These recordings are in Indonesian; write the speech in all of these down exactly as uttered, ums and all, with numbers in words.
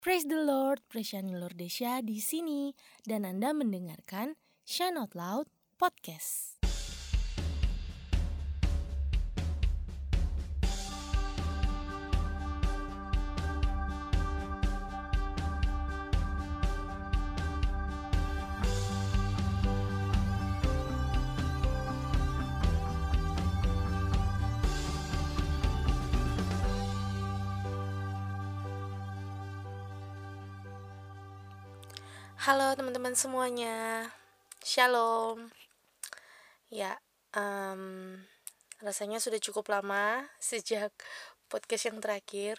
Praise the Lord, Preciani Lordesya di sini dan Anda mendengarkan Shine Out Loud Podcast. Halo teman-teman semuanya, Shalom. Ya, um, rasanya sudah cukup lama sejak podcast yang terakhir.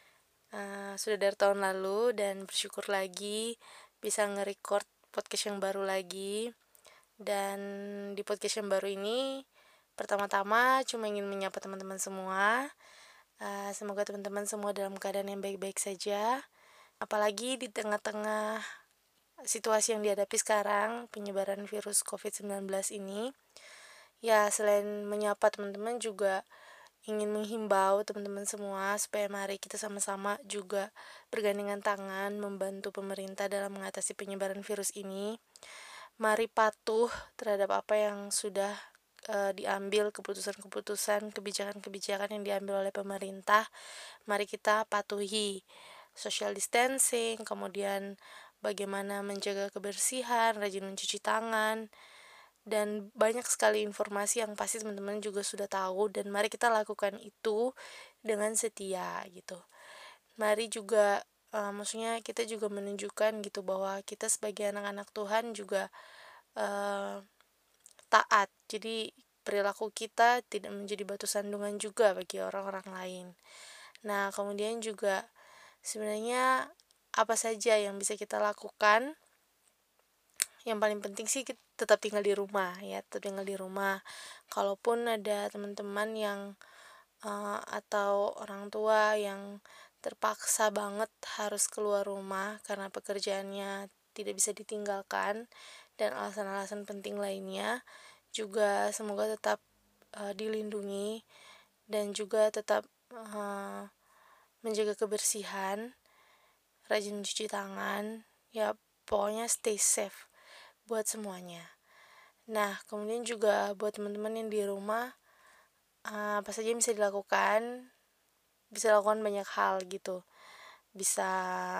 uh, Sudah dari tahun lalu dan bersyukur lagi bisa nge-record podcast yang baru lagi. Dan di podcast yang baru ini, pertama-tama cuma ingin menyapa teman-teman semua. uh, Semoga teman-teman semua dalam keadaan yang baik-baik saja. Apalagi di tengah-tengah situasi yang dihadapi sekarang, penyebaran virus covid sembilan belas ini. Ya, selain menyapa teman-teman juga ingin menghimbau teman-teman semua supaya mari kita sama-sama juga bergandengan tangan membantu pemerintah dalam mengatasi penyebaran virus ini. Mari patuh terhadap apa yang sudah uh, diambil, keputusan-keputusan, kebijakan-kebijakan yang diambil oleh pemerintah. Mari kita patuhi social distancing, kemudian bagaimana menjaga kebersihan, rajin mencuci tangan, dan banyak sekali informasi yang pasti teman-teman juga sudah tahu, dan mari kita lakukan itu dengan setia gitu. Mari juga uh, maksudnya kita juga menunjukkan gitu bahwa kita sebagai anak-anak Tuhan juga uh, taat. Jadi perilaku kita tidak menjadi batu sandungan juga bagi orang-orang lain. Nah, kemudian juga sebenarnya apa saja yang bisa kita lakukan? Yang paling penting sih kita tetap tinggal di rumah ya, tetap tinggal di rumah. Kalaupun ada teman-teman yang uh, atau orang tua yang terpaksa banget harus keluar rumah karena pekerjaannya tidak bisa ditinggalkan dan alasan-alasan penting lainnya, juga semoga tetap uh, dilindungi dan juga tetap uh, menjaga kebersihan, rajin mencuci tangan, ya pokoknya stay safe buat semuanya. Nah, kemudian juga buat teman-teman yang di rumah, uh, apa saja yang bisa dilakukan, bisa lakukan banyak hal gitu. Bisa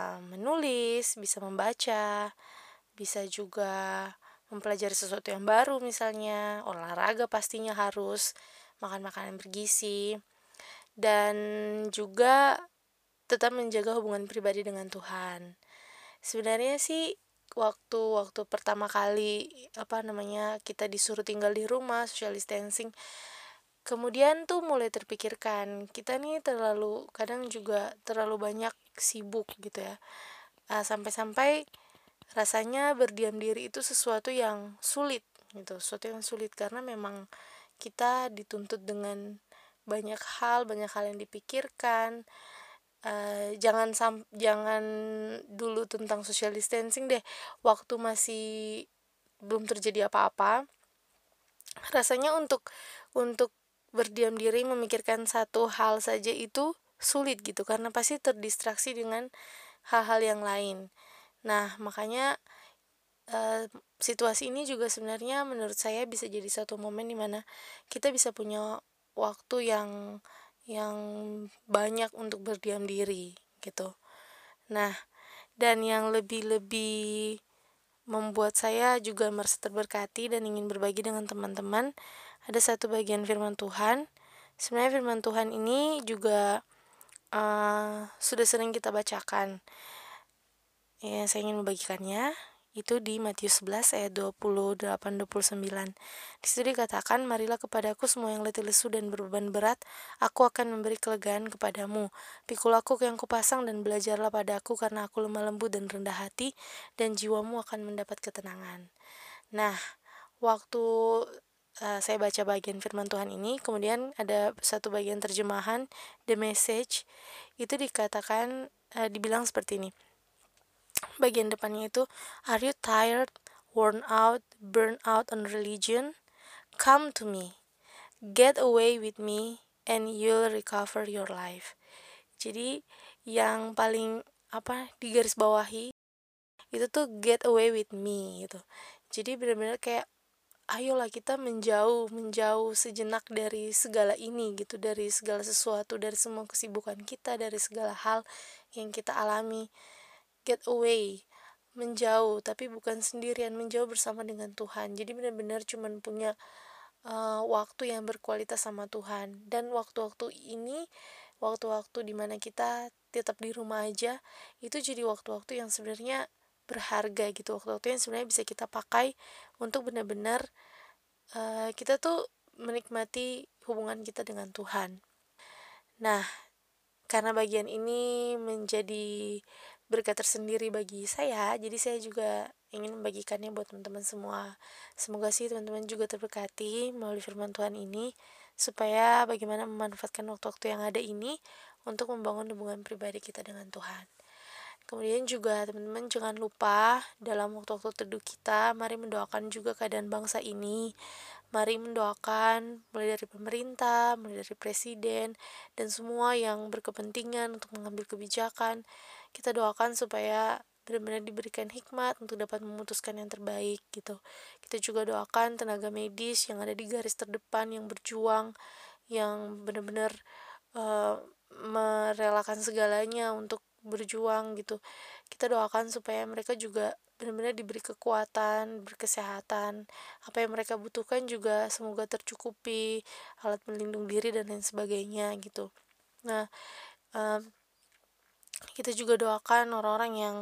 menulis, bisa membaca, bisa juga mempelajari sesuatu yang baru misalnya, olahraga pastinya harus, makan makanan bergizi, dan juga tetap menjaga hubungan pribadi dengan Tuhan. Sebenarnya sih waktu-waktu pertama kali apa namanya kita disuruh tinggal di rumah, social distancing, kemudian tuh mulai terpikirkan kita nih terlalu kadang juga terlalu banyak sibuk gitu ya. Uh, sampai-sampai rasanya berdiam diri itu sesuatu yang sulit gitu, sesuatu yang sulit karena memang kita dituntut dengan banyak hal, banyak hal yang dipikirkan. Uh, jangan sam jangan dulu tentang social distancing deh, waktu masih belum terjadi apa-apa, rasanya untuk untuk berdiam diri memikirkan satu hal saja itu sulit gitu karena pasti terdistraksi dengan hal-hal yang lain. Nah, makanya uh, situasi ini juga sebenarnya menurut saya bisa jadi satu momen dimana kita bisa punya waktu yang yang banyak untuk berdiam diri gitu. Nah, dan yang lebih-lebih membuat saya juga merasa terberkati dan ingin berbagi dengan teman-teman, ada satu bagian firman Tuhan. Sebenarnya firman Tuhan ini juga uh, sudah sering kita bacakan. Ya, saya ingin membagikannya. Itu di Matius sebelas ayat dua puluh delapan sampai dua puluh sembilan. Di situ dikatakan, "Marilah kepadaku semua yang letih lesu dan berbeban berat, aku akan memberi kelegaan kepadamu. Pikul aku yang kupasang dan belajarlah padaku, karena aku lemah lembut dan rendah hati, dan jiwamu akan mendapat ketenangan." Nah, waktu uh, saya baca bagian firman Tuhan ini, kemudian ada satu bagian terjemahan The Message, itu dikatakan uh, dibilang seperti ini. Bagian depannya itu, "Are you tired, worn out, burned out on religion? Come to me. Get away with me and you'll recover your life." Jadi yang paling apa digarisbawahi itu tuh get away with me gitu. Jadi benar-benar kayak ayolah kita menjauh menjauh sejenak dari segala ini gitu, dari segala sesuatu, dari semua kesibukan kita, dari segala hal yang kita alami. Get away, menjauh, tapi bukan sendirian, menjauh bersama dengan Tuhan. Jadi benar-benar cuman punya uh, waktu yang berkualitas sama Tuhan. Dan waktu-waktu ini, waktu-waktu dimana kita tetap di rumah aja, itu jadi waktu-waktu yang sebenarnya berharga gitu, waktu-waktu yang sebenarnya bisa kita pakai untuk benar-benar uh, kita tuh menikmati hubungan kita dengan Tuhan. Nah, karena bagian ini menjadi berkat tersendiri bagi saya, jadi saya juga ingin membagikannya buat teman-teman semua. Semoga sih teman-teman juga terberkati melalui firman Tuhan ini, supaya bagaimana memanfaatkan waktu-waktu yang ada ini untuk membangun hubungan pribadi kita dengan Tuhan. Kemudian juga teman-teman jangan lupa dalam waktu-waktu teduh kita, mari mendoakan juga keadaan bangsa ini. Mari mendoakan mulai dari pemerintah, mulai dari presiden, dan semua yang berkepentingan untuk mengambil kebijakan. Kita doakan supaya benar-benar diberikan hikmat untuk dapat memutuskan yang terbaik gitu. Kita juga doakan tenaga medis yang ada di garis terdepan, yang berjuang, yang benar-benar uh, merelakan segalanya untuk berjuang gitu. Kita doakan supaya mereka juga benar-benar diberi kekuatan, berkesehatan, apa yang mereka butuhkan juga semoga tercukupi, alat pelindung diri dan lain sebagainya gitu. Nah, um, kita juga doakan orang-orang yang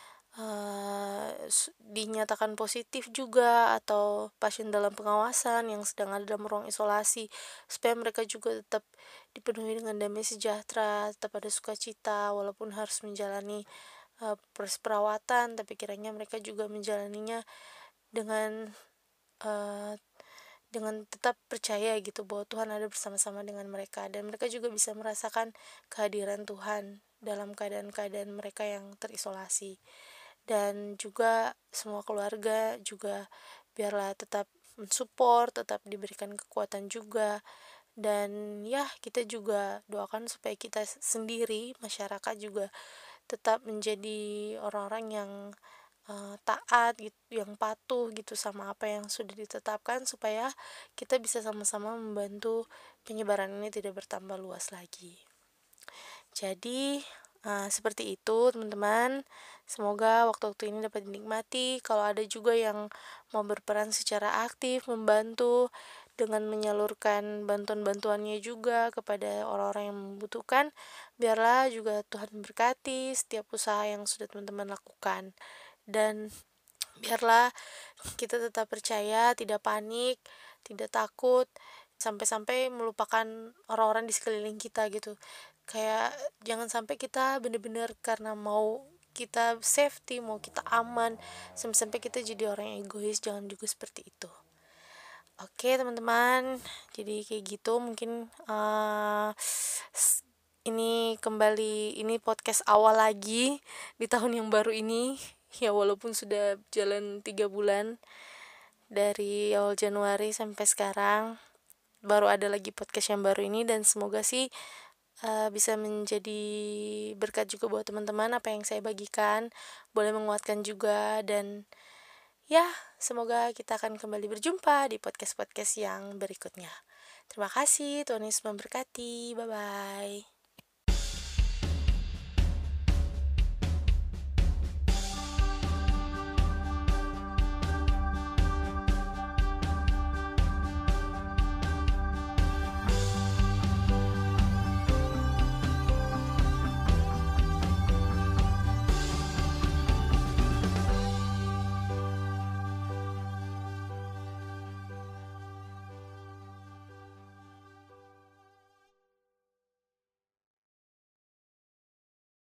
uh, dinyatakan positif juga atau pasien dalam pengawasan yang sedang ada dalam ruang isolasi, supaya mereka juga tetap dipenuhi dengan damai sejahtera, tetap ada sukacita walaupun harus menjalani uh, proses perawatan, tapi kiranya mereka juga menjalaninya dengan uh, dengan tetap percaya gitu bahwa Tuhan ada bersama-sama dengan mereka, dan mereka juga bisa merasakan kehadiran Tuhan dalam keadaan-keadaan mereka yang terisolasi. Dan juga semua keluarga juga biarlah tetap mensupport, tetap diberikan kekuatan juga. Dan ya, kita juga doakan supaya kita sendiri, masyarakat juga tetap menjadi orang-orang yang uh, taat gitu, yang patuh gitu sama apa yang sudah ditetapkan, supaya kita bisa sama-sama membantu penyebaran ini tidak bertambah luas lagi. Jadi uh, seperti itu teman-teman. Semoga waktu-waktu ini dapat dinikmati. Kalau ada juga yang mau berperan secara aktif membantu dengan menyalurkan bantuan-bantuannya juga kepada orang-orang yang membutuhkan, biarlah juga Tuhan memberkati setiap usaha yang sudah teman-teman lakukan. Dan biarlah kita tetap percaya, tidak panik, tidak takut, sampai-sampai melupakan orang-orang di sekeliling kita gitu. Kayak jangan sampai kita benar-benar karena mau kita safety, mau kita aman, sampai-sampai kita jadi orang yang egois. Jangan juga seperti itu. Oke teman-teman, jadi kayak gitu mungkin uh, ini kembali, ini podcast awal lagi di tahun yang baru ini. Ya walaupun sudah jalan tiga bulan dari awal Januari sampai sekarang, baru ada lagi podcast yang baru ini, dan semoga sih uh, bisa menjadi berkat juga buat teman-teman apa yang saya bagikan, boleh menguatkan juga. Dan ya, semoga kita akan kembali berjumpa di podcast-podcast yang berikutnya. Terima kasih, Tuhan Yesus memberkati. Bye-bye.